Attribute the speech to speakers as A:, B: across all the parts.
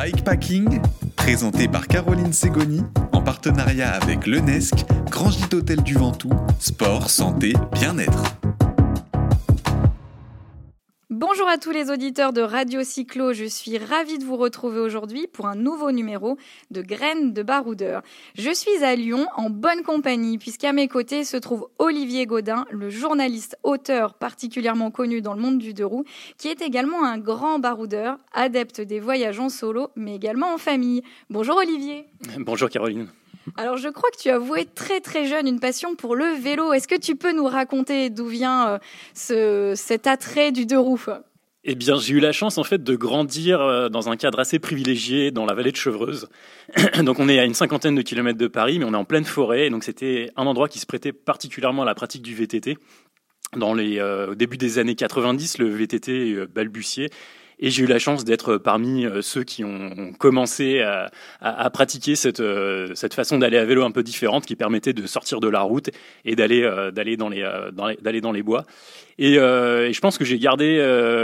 A: Bikepacking, présenté par Caroline Ségoni, en partenariat avec l'UNESC, Grand Gîte Hôtel du Ventoux, sport, santé, bien-être.
B: Bonjour à tous les auditeurs de Radio Cyclo, je suis ravie de vous retrouver aujourd'hui pour un nouveau numéro de Graines de baroudeur. Je suis à Lyon en bonne compagnie puisqu'à mes côtés se trouve Olivier Gaudin, le journaliste auteur particulièrement connu dans le monde du deux roues, qui est également un grand baroudeur, adepte des voyages en solo mais également en famille. Bonjour Olivier.
C: Bonjour Caroline.
B: Alors je crois que tu as voué très très jeune une passion pour le vélo. Est-ce que tu peux nous raconter d'où vient cet attrait du deux roues ?
C: Eh bien, j'ai eu la chance en fait de grandir dans un cadre assez privilégié dans la vallée de Chevreuse. Donc on est à une 50aine de kilomètres de Paris, mais on est en pleine forêt. Donc c'était un endroit qui se prêtait particulièrement à la pratique du VTT. Au début des années 90, le VTT balbutiait. Et j'ai eu la chance d'être parmi ceux qui ont commencé à pratiquer cette façon d'aller à vélo un peu différente, qui permettait de sortir de la route et d'aller dans les bois. Et je pense que j'ai gardé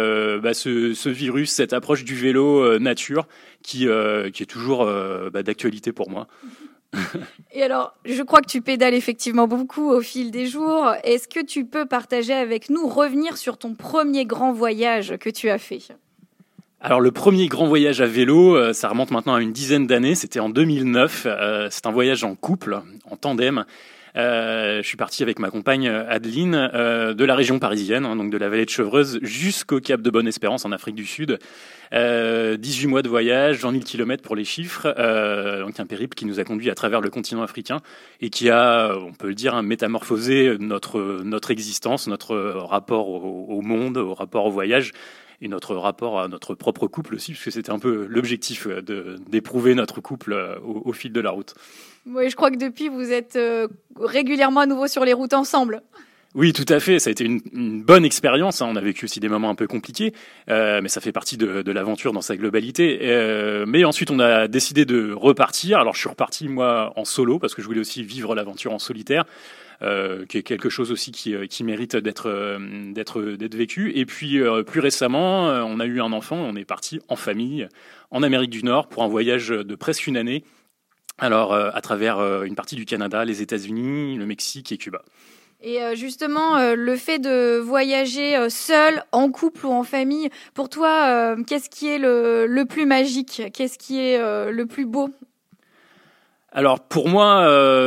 C: ce virus, cette approche du vélo nature, qui est toujours d'actualité pour moi.
B: Et alors, je crois que tu pédales effectivement beaucoup au fil des jours. Est-ce que tu peux partager avec nous, revenir sur ton premier grand voyage que tu as fait ?
C: Alors le premier grand voyage à vélo, ça remonte maintenant à une dizaine d'années, c'était en 2009, c'est un voyage en couple, en tandem. Je suis parti avec ma compagne Adeline de la région parisienne, donc de la vallée de Chevreuse jusqu'au Cap de Bonne-Espérance en Afrique du Sud. 18 mois de voyage, 20 000 kilomètres pour les chiffres, donc un périple qui nous a conduit à travers le continent africain et qui a, on peut le dire, métamorphosé notre existence, notre rapport au monde, au rapport au voyage. Et notre rapport à notre propre couple aussi, puisque c'était un peu l'objectif d'éprouver notre couple au fil de la route.
B: Oui, je crois que depuis, vous êtes régulièrement à nouveau sur les routes ensemble.
C: Oui, tout à fait. Ça a été une bonne expérience. On a vécu aussi des moments un peu compliqués, mais ça fait partie de l'aventure dans sa globalité. Mais ensuite, on a décidé de repartir. Alors, je suis reparti, moi, en solo, parce que je voulais aussi vivre l'aventure en solitaire. Qui est quelque chose aussi qui mérite d'être vécu. Et puis plus récemment, on a eu un enfant, on est parti en famille en Amérique du Nord pour un voyage de presque une année. Alors à travers une partie du Canada, les États-Unis, le Mexique et Cuba.
B: Et justement, le fait de voyager seul, en couple ou en famille, pour toi, qu'est-ce qui est le plus magique ? Qu'est-ce qui est le plus beau ?
C: Alors pour moi,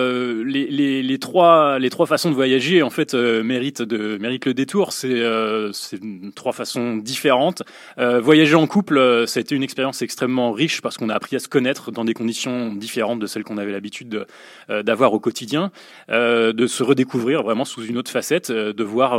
C: les trois façons de voyager en fait méritent le détour. C'est trois façons différentes. Voyager en couple, ça a été une expérience extrêmement riche parce qu'on a appris à se connaître dans des conditions différentes de celles qu'on avait l'habitude d'avoir au quotidien, de se redécouvrir vraiment sous une autre facette, de voir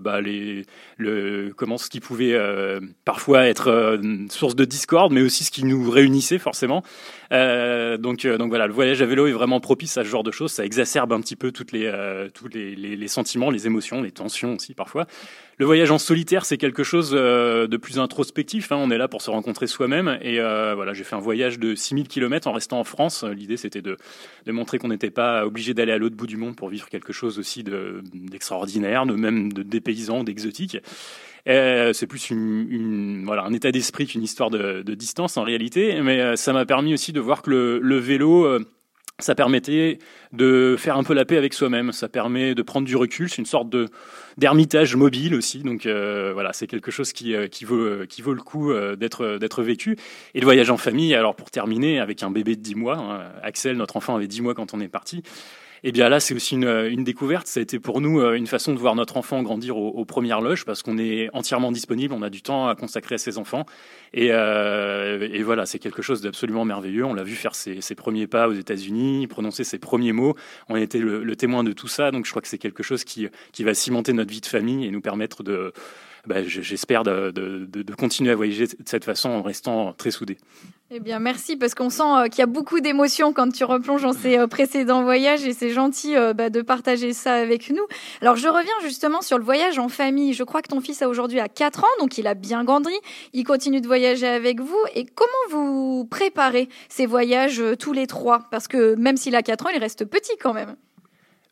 C: comment ce qui pouvait parfois être source de discorde, mais aussi ce qui nous réunissait forcément. Donc voilà, le voyage à vélo est vraiment propice à ce genre de choses. Ça exacerbe un petit peu tous les sentiments, les émotions, les tensions aussi parfois. Le voyage en solitaire, c'est quelque chose de plus introspectif. On est là pour se rencontrer soi-même. Et voilà, j'ai fait un voyage de 6000 kilomètres en restant en France. L'idée, c'était de montrer qu'on n'était pas obligé d'aller à l'autre bout du monde pour vivre quelque chose aussi d'extraordinaire, même de dépaysant, d'exotique. C'est plus un état d'esprit qu'une histoire de distance en réalité, mais ça m'a permis aussi de voir que le vélo, ça permettait de faire un peu la paix avec soi-même, ça permet de prendre du recul, c'est une sorte d'ermitage mobile aussi, donc voilà, c'est quelque chose qui vaut le coup d'être vécu. Et le voyage en famille, alors pour terminer, avec un bébé de 10 mois, Axel, notre enfant avait 10 mois quand on est parti. Et bien là, c'est aussi une découverte. Ça a été pour nous une façon de voir notre enfant grandir aux premières loges parce qu'on est entièrement disponible, on a du temps à consacrer à ses enfants. Et voilà, c'est quelque chose d'absolument merveilleux. On l'a vu faire ses premiers pas aux États-Unis, prononcer ses premiers mots. On a été le témoin de tout ça. Donc je crois que c'est quelque chose qui va cimenter notre vie de famille et nous permettre j'espère de continuer à voyager de cette façon en restant très soudés.
B: Eh bien, merci, parce qu'on sent qu'il y a beaucoup d'émotions quand tu replonges dans ces précédents voyages et c'est gentil de partager ça avec nous. Alors, je reviens justement sur le voyage en famille. Je crois que ton fils a aujourd'hui 4 ans, donc il a bien grandi. Il continue de voyager avec vous. Et comment vous préparez ces voyages tous les trois ? Parce que même s'il a 4 ans, il reste petit quand même.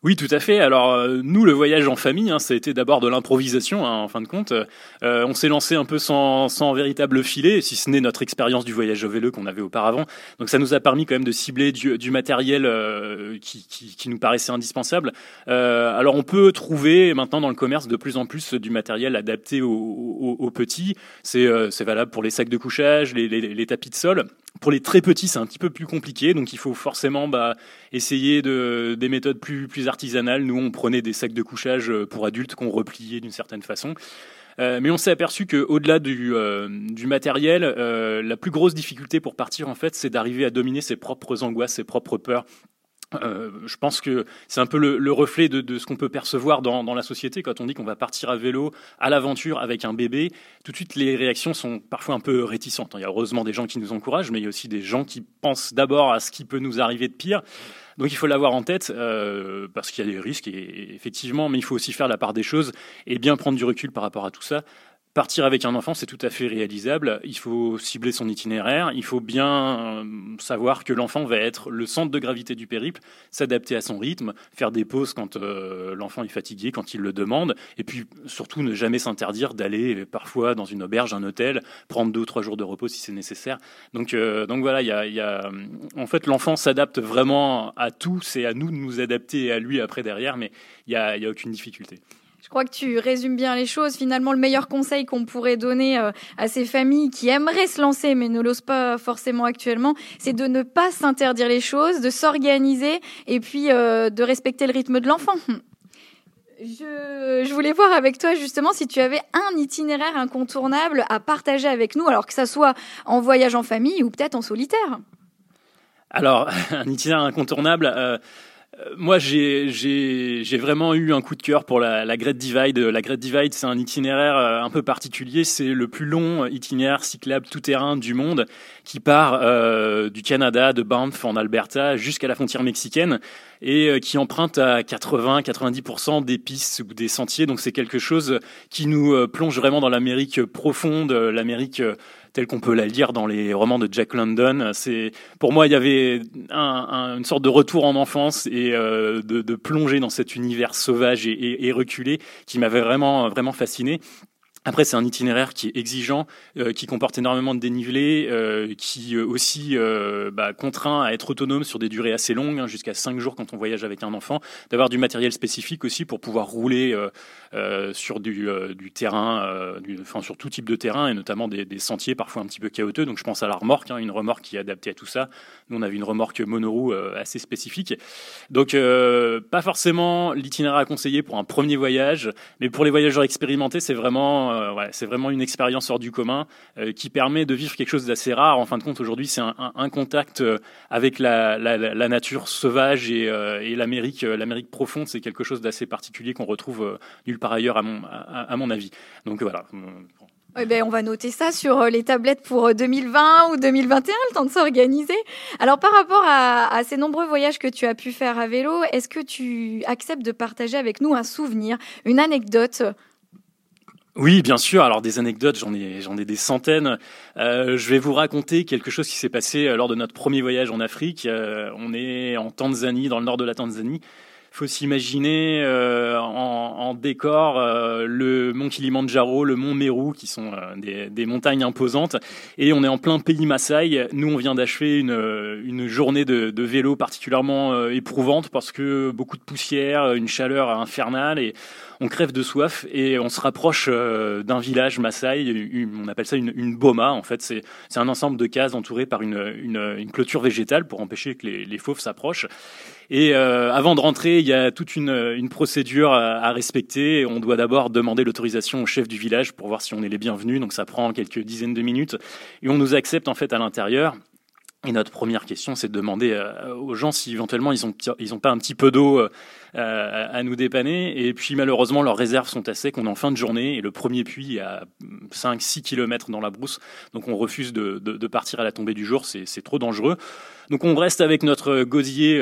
C: Oui, tout à fait. Alors, nous, le voyage en famille, ça a été d'abord de l'improvisation, en fin de compte. On s'est lancé un peu sans véritable filet, si ce n'est notre expérience du voyage au vélo qu'on avait auparavant. Donc, ça nous a permis quand même de cibler du matériel qui nous paraissait indispensable. Alors, on peut trouver maintenant dans le commerce de plus en plus du matériel adapté aux petits. C'est valable pour les sacs de couchage, les tapis de sol. Pour les très petits, c'est un petit peu plus compliqué, donc il faut forcément essayer des méthodes plus artisanales. Nous, on prenait des sacs de couchage pour adultes qu'on repliait d'une certaine façon. Mais on s'est aperçu qu'au-delà du matériel, la plus grosse difficulté pour partir, en fait, c'est d'arriver à dominer ses propres angoisses, ses propres peurs. Je pense que c'est un peu le reflet de ce qu'on peut percevoir dans la société quand on dit qu'on va partir à vélo à l'aventure avec un bébé. Tout de suite, les réactions sont parfois un peu réticentes. Il y a heureusement des gens qui nous encouragent, mais il y a aussi des gens qui pensent d'abord à ce qui peut nous arriver de pire. Donc il faut l'avoir en tête parce qu'il y a des risques, et effectivement, mais il faut aussi faire la part des choses et bien prendre du recul par rapport à tout ça. Partir avec un enfant, c'est tout à fait réalisable. Il faut cibler son itinéraire. Il faut bien savoir que l'enfant va être le centre de gravité du périple, s'adapter à son rythme, faire des pauses quand l'enfant est fatigué, quand il le demande. Et puis surtout, ne jamais s'interdire d'aller parfois dans une auberge, un hôtel, prendre 2 ou 3 jours de repos si c'est nécessaire. Donc voilà, en fait, l'enfant s'adapte vraiment à tout. C'est à nous de nous adapter à lui après derrière, mais il y a aucune difficulté.
B: Je crois que tu résumes bien les choses. Finalement, le meilleur conseil qu'on pourrait donner à ces familles qui aimeraient se lancer mais ne l'osent pas forcément actuellement, c'est de ne pas s'interdire les choses, de s'organiser et puis de respecter le rythme de l'enfant. Je voulais voir avec toi justement si tu avais un itinéraire incontournable à partager avec nous, alors que ça soit en voyage en famille ou peut-être en solitaire.
C: Alors, un itinéraire incontournable... Moi, j'ai vraiment eu un coup de cœur pour la Great Divide. La Great Divide, c'est un itinéraire un peu particulier. C'est le plus long itinéraire cyclable tout-terrain du monde qui part du Canada, de Banff en Alberta, jusqu'à la frontière mexicaine et qui emprunte à 80-90% des pistes ou des sentiers. Donc, c'est quelque chose qui nous plonge vraiment dans l'Amérique profonde, l'Amérique telle qu'on peut la lire dans les romans de Jack London. Pour moi, il y avait une sorte de retour en enfance et de plonger dans cet univers sauvage et reculé qui m'avait vraiment, vraiment fasciné. Après, c'est un itinéraire qui est exigeant, qui comporte énormément de dénivelé, qui aussi contraint à être autonome sur des durées assez longues, jusqu'à 5 jours quand on voyage avec un enfant, d'avoir du matériel spécifique aussi pour pouvoir rouler sur du terrain, sur tout type de terrain, et notamment des sentiers parfois un petit peu chaotiques. Donc je pense à la remorque, une remorque qui est adaptée à tout ça. Nous, on avait une remorque monoroue assez spécifique. Donc pas forcément l'itinéraire à conseiller pour un premier voyage, mais pour les voyageurs expérimentés, c'est vraiment une expérience hors du commun qui permet de vivre quelque chose d'assez rare. En fin de compte, aujourd'hui, c'est un contact avec la nature sauvage et l'Amérique profonde. C'est quelque chose d'assez particulier qu'on retrouve nulle part ailleurs, à mon avis. Donc voilà.
B: On va noter ça sur les tablettes pour 2020 ou 2021, le temps de s'organiser. Alors, par rapport à ces nombreux voyages que tu as pu faire à vélo, est-ce que tu acceptes de partager avec nous un souvenir, une anecdote ?
C: Oui, bien sûr. Alors des anecdotes, j'en ai des centaines. Je vais vous raconter quelque chose qui s'est passé lors de notre premier voyage en Afrique. On est en Tanzanie, dans le nord de la Tanzanie. Il faut s'imaginer en décor le mont Kilimandjaro, le mont Meru, qui sont des montagnes imposantes. Et on est en plein pays Maasai. Nous, on vient d'achever une journée de vélo particulièrement éprouvante parce que beaucoup de poussière, une chaleur infernale et on crève de soif et on se rapproche d'un village Maasai. On appelle ça une boma. En fait, c'est un ensemble de cases entourées par une clôture végétale pour empêcher que les fauves s'approchent. Et avant de rentrer, il y a toute une procédure à respecter. On doit d'abord demander l'autorisation au chef du village pour voir si on est les bienvenus. Donc ça prend quelques dizaines de minutes. Et on nous accepte en fait à l'intérieur. Et notre première question, c'est de demander aux gens si éventuellement ils ont pas un petit peu d'eau à nous dépanner. Et puis malheureusement, leurs réserves sont à sec. On est en fin de journée et le premier puits est à 5-6 km dans la brousse. Donc on refuse de partir à la tombée du jour. C'est trop dangereux. Donc on reste avec notre gosier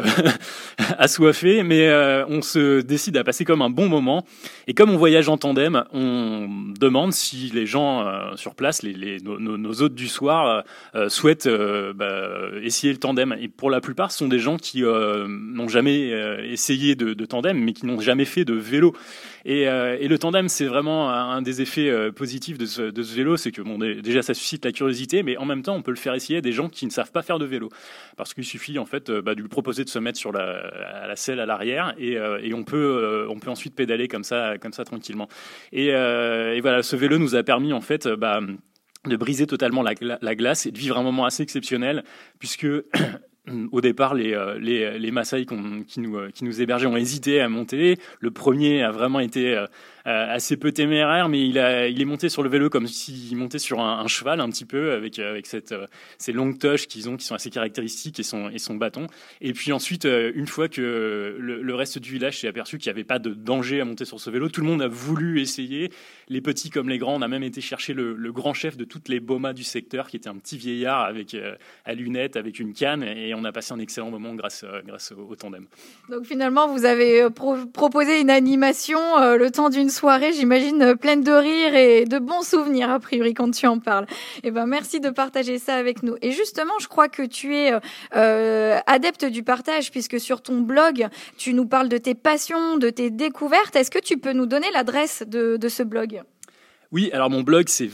C: assoiffé, mais on se décide à passer comme un bon moment. Et comme on voyage en tandem, on demande si les gens sur place, nos hôtes du soir, souhaitent essayer le tandem. Et pour la plupart, ce sont des gens qui n'ont jamais essayé réguliers de tandem, mais qui n'ont jamais fait de vélo. Et le tandem, c'est vraiment un des effets positifs de ce vélo, c'est que déjà ça suscite la curiosité, mais en même temps on peut le faire essayer à des gens qui ne savent pas faire de vélo, parce qu'il suffit en fait de lui proposer de se mettre sur à la selle à l'arrière et on peut ensuite pédaler comme ça tranquillement. Et voilà, ce vélo nous a permis en fait de briser totalement la glace et de vivre un moment assez exceptionnel, puisque au départ, les Maasai qui nous hébergeaient ont hésité à monter. Le premier a vraiment été assez peu téméraire, mais il est monté sur le vélo comme s'il montait sur un cheval un petit peu, avec ces longues toches qui sont assez caractéristiques, et son bâton. Et puis ensuite, une fois que le reste du village s'est aperçu qu'il n'y avait pas de danger à monter sur ce vélo, tout le monde a voulu essayer. Les petits comme les grands. On a même été chercher le grand chef de toutes les bomas du secteur, qui était un petit vieillard avec à lunettes, avec une canne, et on a passé un excellent moment grâce au tandem.
B: Donc finalement, vous avez proposé une animation le temps d'une soirée, j'imagine, pleine de rire et de bons souvenirs, a priori, quand tu en parles. Eh ben, merci de partager ça avec nous. Et justement, je crois que tu es adepte du partage, puisque sur ton blog, tu nous parles de tes passions, de tes découvertes. Est-ce que tu peux nous donner l'adresse de ce blog ?
C: Oui, alors mon blog, c'est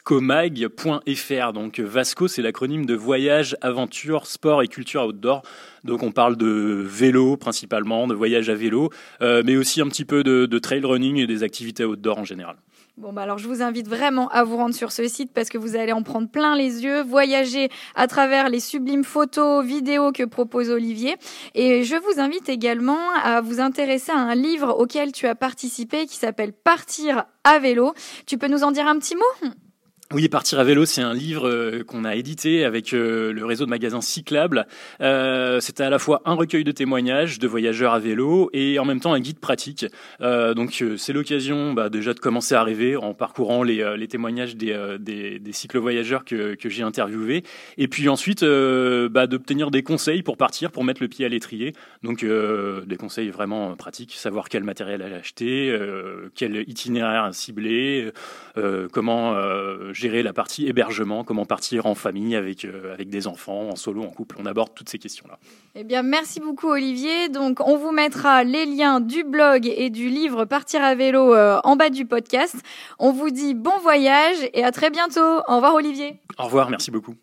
C: vascomag.fr. Donc Vasco, c'est l'acronyme de voyage, aventure, sport et culture outdoor. Donc on parle de vélo principalement, de voyage à vélo, mais aussi un petit peu de trail running et des activités outdoor en général.
B: Bon, alors je vous invite vraiment à vous rendre sur ce site, parce que vous allez en prendre plein les yeux, voyager à travers les sublimes photos, vidéos que propose Olivier. Et je vous invite également à vous intéresser à un livre auquel tu as participé qui s'appelle Partir à vélo. Tu peux nous en dire un petit mot ?
C: Oui, Partir à vélo, c'est un livre qu'on a édité avec le réseau de magasins Cyclables. C'était à la fois un recueil de témoignages de voyageurs à vélo et en même temps un guide pratique. Donc c'est l'occasion déjà de commencer à rêver en parcourant les témoignages des cyclo-voyageurs que j'ai interviewés. Et puis ensuite d'obtenir des conseils pour partir, pour mettre le pied à l'étrier. Donc des conseils vraiment pratiques, savoir quel matériel aller acheter, quel itinéraire cibler, comment gérer la partie hébergement, comment partir en famille avec des enfants, en solo, en couple. On aborde toutes ces questions-là.
B: Eh bien, merci beaucoup Olivier. Donc, on vous mettra les liens du blog et du livre Partir à vélo en bas du podcast. On vous dit bon voyage et à très bientôt. Au revoir Olivier.
C: Au revoir, merci beaucoup.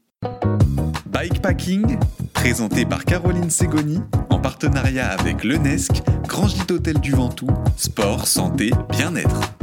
A: Bikepacking, présenté par Caroline Segoni, en partenariat avec l'UNESC, Grand Gîte Hôtel du Ventoux, sport, santé, bien-être.